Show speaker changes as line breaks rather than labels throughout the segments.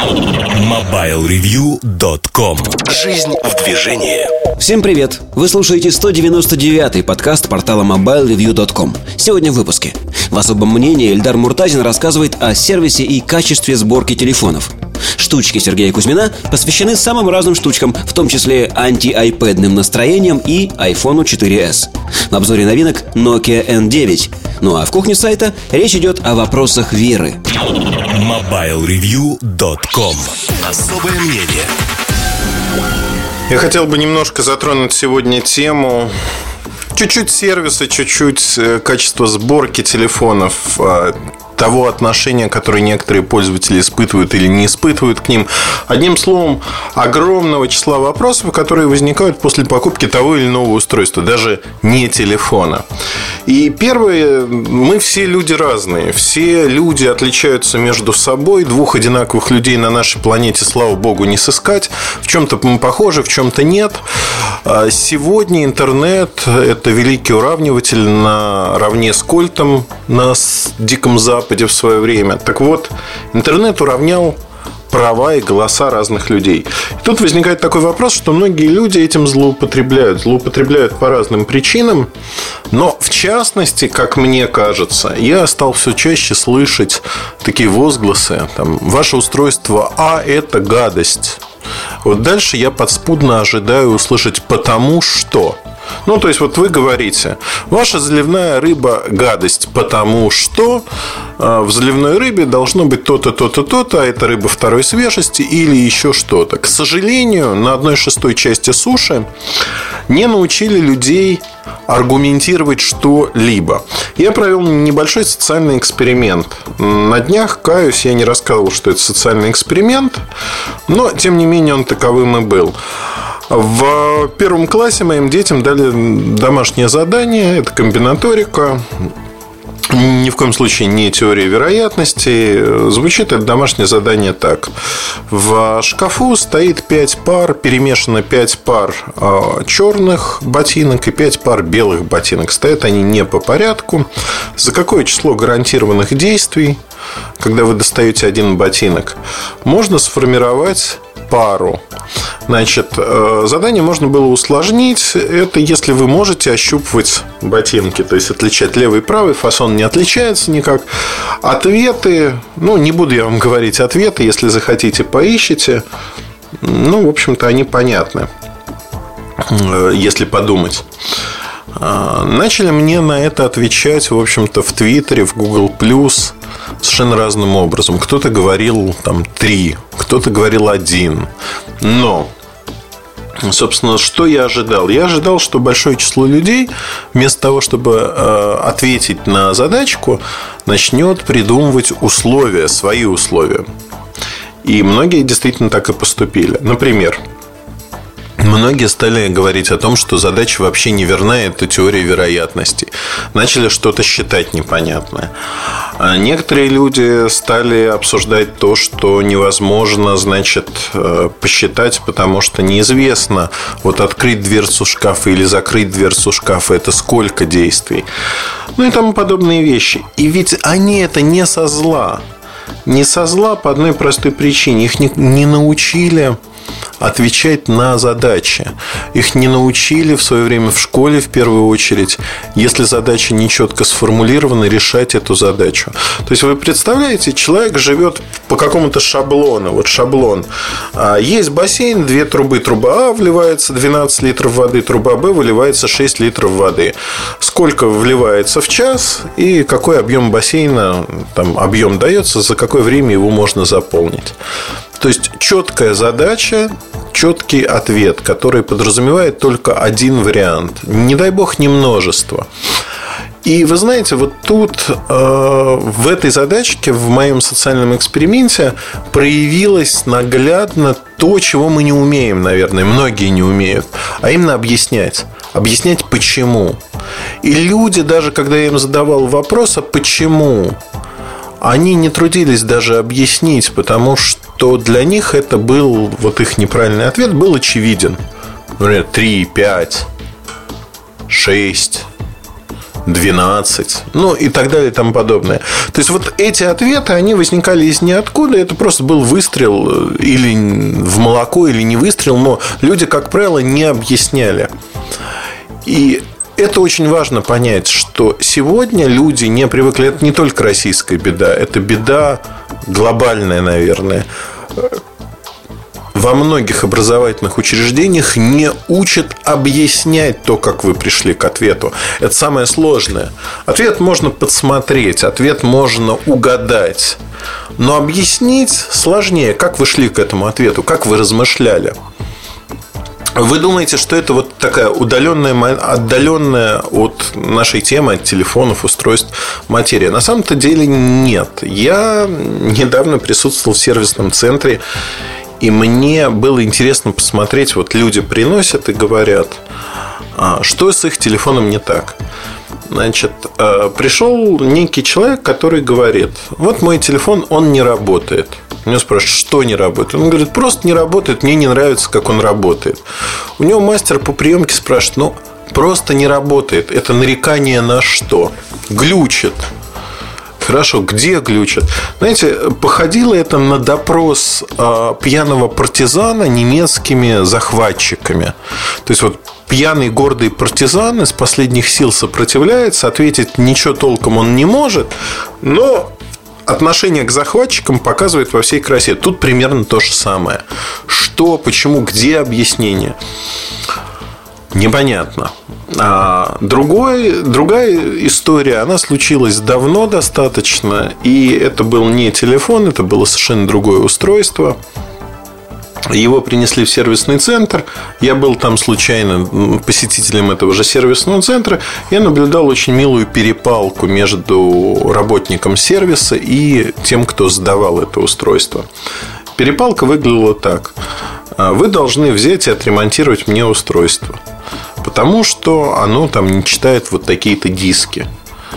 MobileReview.com. Жизнь в движении.
Всем привет! Вы слушаете 199-й подкаст портала MobileReview.com. Сегодня в выпуске. В особом мнении Эльдар Муртазин рассказывает о сервисе и качестве сборки телефонов. Штучки Сергея Кузьмина посвящены самым разным штучкам, в том числе анти-айпэдным настроениям и iPhone 4s. В обзоре новинок Nokia N9. Ну а в кухне сайта речь идет о вопросах веры.
MobileReview.com. Особое мнение.
Я хотел бы немножко затронуть сегодня тему чуть-чуть сервиса, чуть-чуть качества сборки телефонов, того отношения, которое некоторые пользователи испытывают или не испытывают к ним. Одним словом, огромного числа вопросов, которые возникают после покупки того или иного устройства, даже не телефона. И первое, мы все люди разные. Все люди отличаются между собой. Двух одинаковых людей на нашей планете, слава богу, не сыскать. В чем-то мы похожи, в чем-то нет. Сегодня интернет – это великий уравниватель наравне с кольтом на Диком Западе в свое время. Так вот, интернет уравнял права и голоса разных людей. И тут возникает такой вопрос, что многие люди этим злоупотребляют. Злоупотребляют по разным причинам. Но, в частности, как мне кажется, я стал все чаще слышать такие возгласы. Там, ваше устройство это гадость. Вот дальше я подспудно ожидаю услышать «потому что». Ну, то есть, вот вы говорите, ваша заливная рыба гадость, потому что в заливной рыбе должно быть то-то, то-то, то-то, а это рыба второй свежести или еще что-то. К сожалению, на 1/6 части суши не научили людей аргументировать что-либо. Я провел небольшой социальный эксперимент. На днях, каюсь, я не рассказывал, что это социальный эксперимент, но, тем не менее, он таковым и был. В первом классе моим детям дали домашнее задание. Это комбинаторика. Ни в коем случае не теория вероятности. Звучит это домашнее задание так. В шкафу стоит 5 пар, перемешано 5 пар черных ботинок и 5 пар белых ботинок. Стоят они не по порядку. За какое число гарантированных действий, когда вы достаете один ботинок, можно сформировать пару? Значит, задание можно было усложнить. Это если вы можете ощупывать ботинки, то есть отличать левый и правый, фасон не отличается никак. Ответы, не буду я вам говорить ответы, если захотите, поищите. В общем-то, они понятны, если подумать. Начали мне на это отвечать, в общем-то, в Твиттере, в Google+, совершенно разным образом. Кто-то говорил 3, кто-то говорил 1. Но, собственно, что я ожидал? Я ожидал, что большое число людей, вместо того, чтобы ответить на задачку, начнет придумывать условия, свои условия. И многие действительно так и поступили. Например, многие стали говорить о том, что задача вообще не верна, это теория вероятности. Начали что-то считать непонятное. Некоторые люди стали обсуждать то, что невозможно, посчитать, потому что неизвестно, вот открыть дверцу шкафа или закрыть дверцу шкафа, это сколько действий. И тому подобные вещи. И ведь они это не со зла. Не со зла по одной простой причине. Их не научили отвечать на задачи. Их не научили в свое время в школе, в первую очередь, если задача не четко сформулирована, решать эту задачу. То есть, вы представляете, человек живет по какому-то шаблону. Вот шаблон. Есть бассейн, 2 трубы. Труба А вливается 12 литров воды, труба Б выливается 6 литров воды. Сколько вливается в час и какой объем бассейна, объем дается, за какое время его можно заполнить. То есть, четкая задача, четкий ответ, который подразумевает только один вариант. Не дай бог, не множество. И вы знаете, вот тут в этой задачке, в моем социальном эксперименте, проявилось наглядно то, чего мы не умеем, наверное, многие не умеют, а именно объяснять. Объяснять почему. И люди, даже когда я им задавал вопрос, а почему, они не трудились даже объяснить, потому что для них это был, вот их неправильный ответ был очевиден. Например, 3, 5, 6. 12, ну и так далее и тому подобное. То есть вот эти ответы, они возникали из ниоткуда. Это просто был выстрел или в молоко, или не выстрел. Но люди, как правило, не объясняли. И это очень важно понять, что сегодня люди не привыкли. Это не только российская беда, это беда глобальная, наверное. Во многих образовательных учреждениях не учат объяснять то, как вы пришли к ответу. Это самое сложное. Ответ можно подсмотреть, ответ можно угадать. Но объяснить сложнее, как вы шли к этому ответу, как вы размышляли. Вы думаете, что это вот такая отдаленная от нашей темы, от телефонов, устройств материя? На самом-то деле нет. Я недавно присутствовал в сервисном центре, и мне было интересно посмотреть, вот люди приносят и говорят, что с их телефоном не так. Значит, пришел некий человек, который говорит: вот мой телефон, он не работает. Меня спрашивают, что не работает? Он говорит, просто не работает, мне не нравится, как он работает. У него мастер по приемке спрашивает, просто не работает. Это нарекание на что? Глючит. Хорошо, где глючит? Знаете, походило это на допрос пьяного партизана немецкими захватчиками. То есть, вот пьяный гордый партизан из последних сил сопротивляется, ответить ничего толком он не может, но отношение к захватчикам показывает во всей красе. Тут примерно то же самое. Что, почему, где объяснение? Непонятно. Другая история, она случилась давно достаточно. И это был не телефон, это было совершенно другое устройство. Его принесли в сервисный центр. Я был там случайно посетителем этого же сервисного центра. Я наблюдал очень милую перепалку между работником сервиса и тем, кто сдавал это устройство. Перепалка выглядела так: вы должны взять и отремонтировать мне устройство, потому что оно там не читает вот такие-то диски.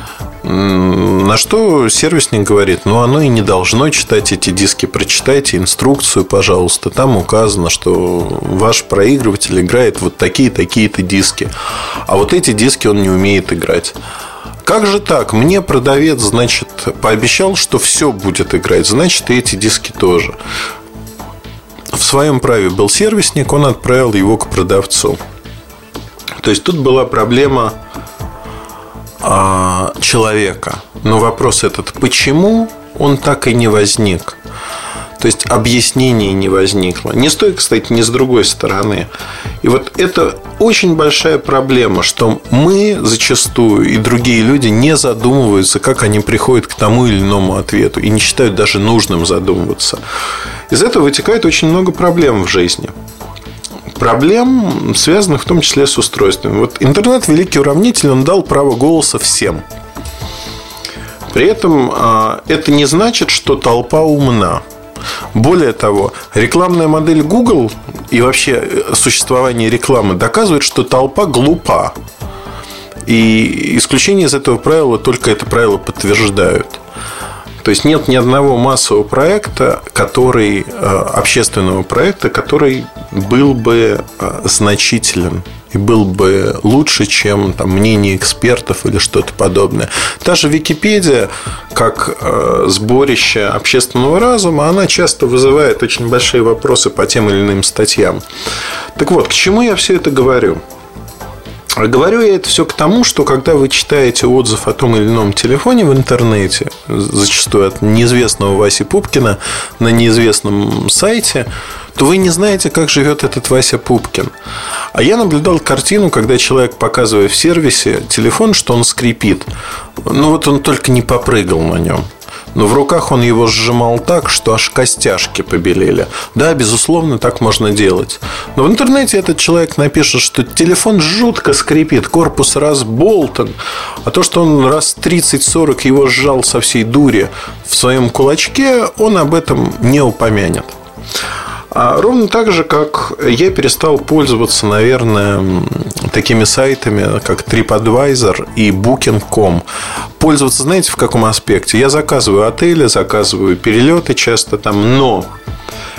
На что сервисник говорит: оно и не должно читать эти диски. Прочитайте инструкцию, пожалуйста. Там указано, что ваш проигрыватель играет вот такие-то диски, а вот эти диски он не умеет играть. Как же так? Мне продавец, значит, пообещал, что все будет играть, значит, и эти диски тоже. В своем праве был сервисник, он отправил его к продавцу. То есть тут была проблема человека. Но вопрос этот: почему он так и не возник? То есть объяснения не возникло. Ни с той, кстати, ни с другой стороны. И вот это очень большая проблема, что мы зачастую и другие люди не задумываются, как они приходят к тому или иному ответу, и не считают даже нужным задумываться. Из этого вытекает очень много проблем в жизни. Проблем, связанных в том числе с устройствами. Вот интернет, великий уравнитель, он дал право голоса всем. При этом это не значит, что толпа умна. Более того, рекламная модель Google и вообще существование рекламы доказывает, что толпа глупа. И исключение из этого правила только это правило подтверждают. То есть нет ни одного массового проекта, общественного проекта, который был бы значителен и был бы лучше, чем мнение экспертов или что-то подобное. Та же Википедия, как сборище общественного разума, она часто вызывает очень большие вопросы по тем или иным статьям. Так вот, к чему я все это говорю? Говорю я это все к тому, что когда вы читаете отзыв о том или ином телефоне в интернете, зачастую от неизвестного Васи Пупкина на неизвестном сайте, то вы не знаете, как живет этот Вася Пупкин. А я наблюдал картину, когда человек, показывая в сервисе телефон, что он скрипит. Вот он только не попрыгал на нем. Но в руках он его сжимал так, что аж костяшки побелели. Да, безусловно, так можно делать. Но в интернете этот человек напишет, что телефон жутко скрипит, корпус разболтан. А то, что он раз 30-40 его сжал со всей дури в своем кулачке, он об этом не упомянет. Ровно так же, как я перестал пользоваться, наверное, такими сайтами, как TripAdvisor и Booking.com. Пользоваться, знаете, в каком аспекте? Я заказываю отели, заказываю перелеты часто там, но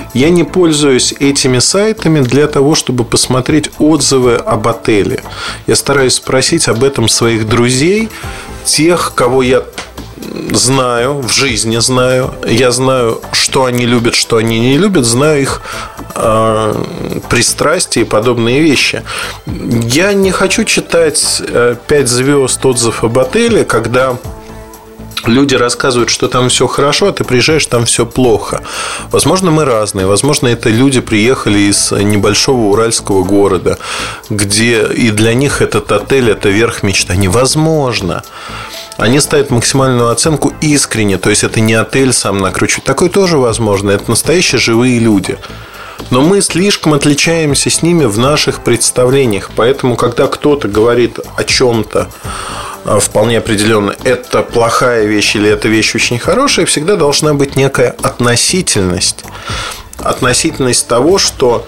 Я не пользуюсь этими сайтами для того, чтобы посмотреть отзывы об отеле. Я стараюсь спросить об этом своих друзей, тех, кого я знаю, в жизни знаю. Я знаю, что они любят, что они не любят. Знаю их пристрастия и подобные вещи. Я не хочу читать 5 звезд отзыв об отеле, когда люди рассказывают, что там все хорошо, а ты приезжаешь, там все плохо. Возможно, мы разные. Возможно, это люди приехали из небольшого уральского города, где и для них этот отель – это верх мечты. Невозможно. Они ставят максимальную оценку искренне. То есть, это не отель сам накручивает. Такое тоже возможно. Это настоящие живые люди. Но мы слишком отличаемся с ними в наших представлениях. Поэтому, когда кто-то говорит о чем-то вполне определенно, это плохая вещь или эта вещь очень хорошая, всегда должна быть некая относительность. Относительность того, что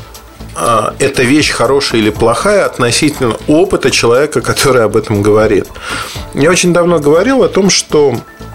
эта вещь хорошая или плохая, относительно опыта человека, который об этом говорит. Я очень давно говорил о том, что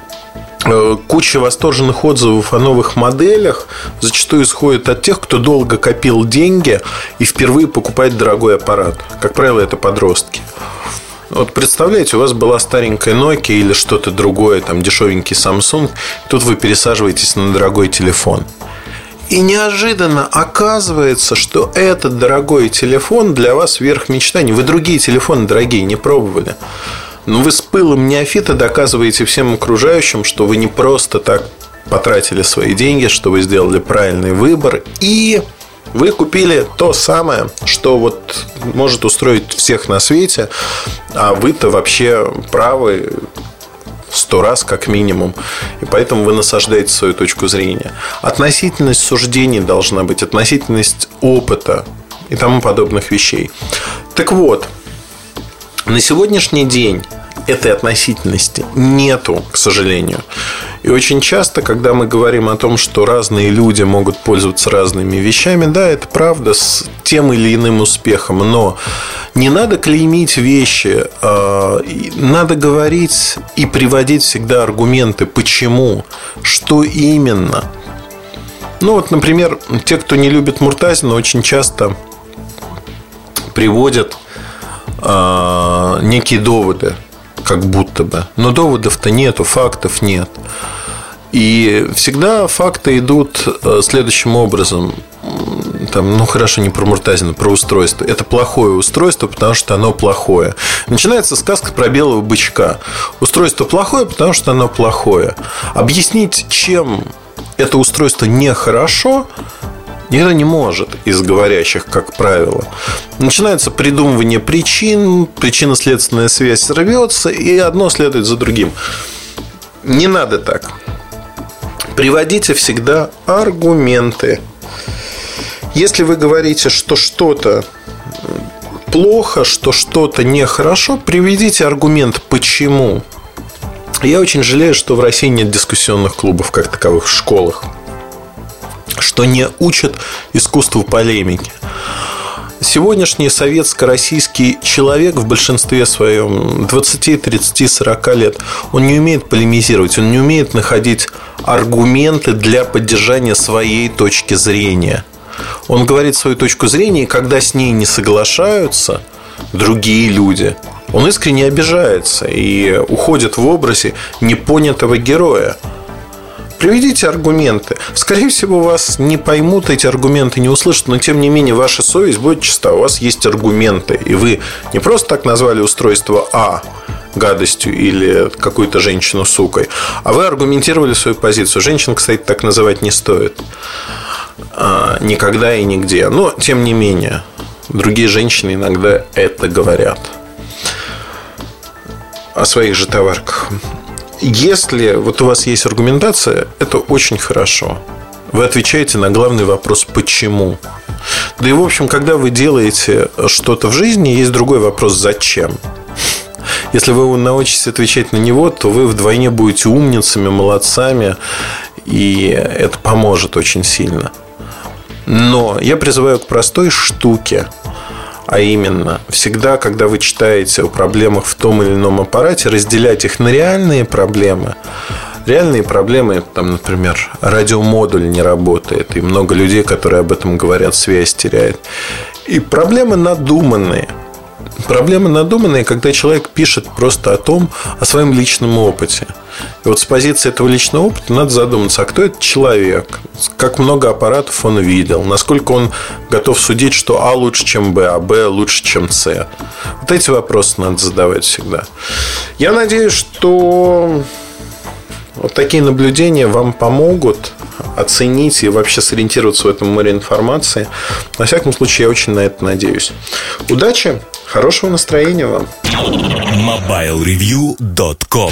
куча восторженных отзывов о новых моделях зачастую исходит от тех, кто долго копил деньги и впервые покупает дорогой аппарат. Как правило, это подростки. Вот представляете, у вас была старенькая Nokia или что-то другое, там дешевенький Samsung, и тут вы пересаживаетесь на дорогой телефон. И неожиданно оказывается, что этот дорогой телефон для вас верх мечтаний. Вы другие телефоны дорогие не пробовали. Но вы с пылом неофита доказываете всем окружающим, что вы не просто так потратили свои деньги, что вы сделали правильный выбор. И вы купили то самое, что вот может устроить всех на свете. А вы-то вообще правы 100 раз как минимум. И поэтому вы насаждаете свою точку зрения. Относительность суждений должна быть, относительность опыта и тому подобных вещей. Так вот, на сегодняшний день этой относительности нету, к сожалению. И очень часто, когда мы говорим о том, что разные люди могут пользоваться разными вещами, да, это правда, с тем или иным успехом. Но не надо клеймить вещи. Надо говорить и приводить всегда аргументы. Почему? Что именно? Ну вот, например, те, кто не любит Муртазина, очень часто приводят некие доводы, как будто бы. Но доводов-то нету, фактов нет. И всегда факты идут следующим образом. Там, ну хорошо, не про Муртазина, про устройство. Это плохое устройство, потому что оно плохое. Начинается сказка про белого бычка. Устройство плохое, потому что оно плохое. Объяснить, чем это устройство нехорошо, никто не может из говорящих, как правило. Начинается придумывание причин, причинно-следственная связь рвется, и одно следует за другим. Не надо так. Приводите всегда аргументы. Если вы говорите, что что-то плохо, что что-то нехорошо, приведите аргумент, почему. Я очень жалею, что в России нет дискуссионных клубов как таковых в школах, что не учат искусству полемики. Сегодняшний советско-российский человек в большинстве своем 20, 30, 40 лет, он не умеет полемизировать, он не умеет находить аргументы для поддержания своей точки зрения. Он говорит свою точку зрения, и когда с ней не соглашаются другие люди, он искренне обижается и уходит в образе непонятого героя. Приведите аргументы. Скорее всего, вас не поймут, эти аргументы не услышат, но тем не менее ваша совесть будет чиста. У вас есть аргументы, и вы не просто так назвали устройство А гадостью или какую-то женщину сукой, а вы аргументировали свою позицию. Женщин, кстати, так называть не стоит никогда и нигде. Но тем не менее, другие женщины иногда это говорят о своих же товарках. Если вот у вас есть аргументация, это очень хорошо. Вы отвечаете на главный вопрос «почему?». Да и, в общем, когда вы делаете что-то в жизни, есть другой вопрос «зачем?». Если вы научитесь отвечать на него, то вы вдвойне будете умницами, молодцами, и это поможет очень сильно. Но я призываю к простой штуке. А именно, всегда, когда вы читаете о проблемах в том или ином аппарате, разделять их на реальные проблемы, реальные проблемы. Там, например, радиомодуль не работает. И много людей, которые об этом говорят, связь теряет. И проблемы надуманные. Проблемы надуманные, когда человек пишет просто о своем личном опыте. И вот с позиции этого личного опыта надо задуматься, а кто этот человек, как много аппаратов он видел, насколько он готов судить, что А лучше, чем Б, а Б лучше, чем С. Вот эти вопросы надо задавать всегда. Я надеюсь, что вот такие наблюдения вам помогут оценить и вообще сориентироваться в этом море информации. Во всяком случае, я очень на это надеюсь. Удачи, хорошего настроения вам.
MobileReview.com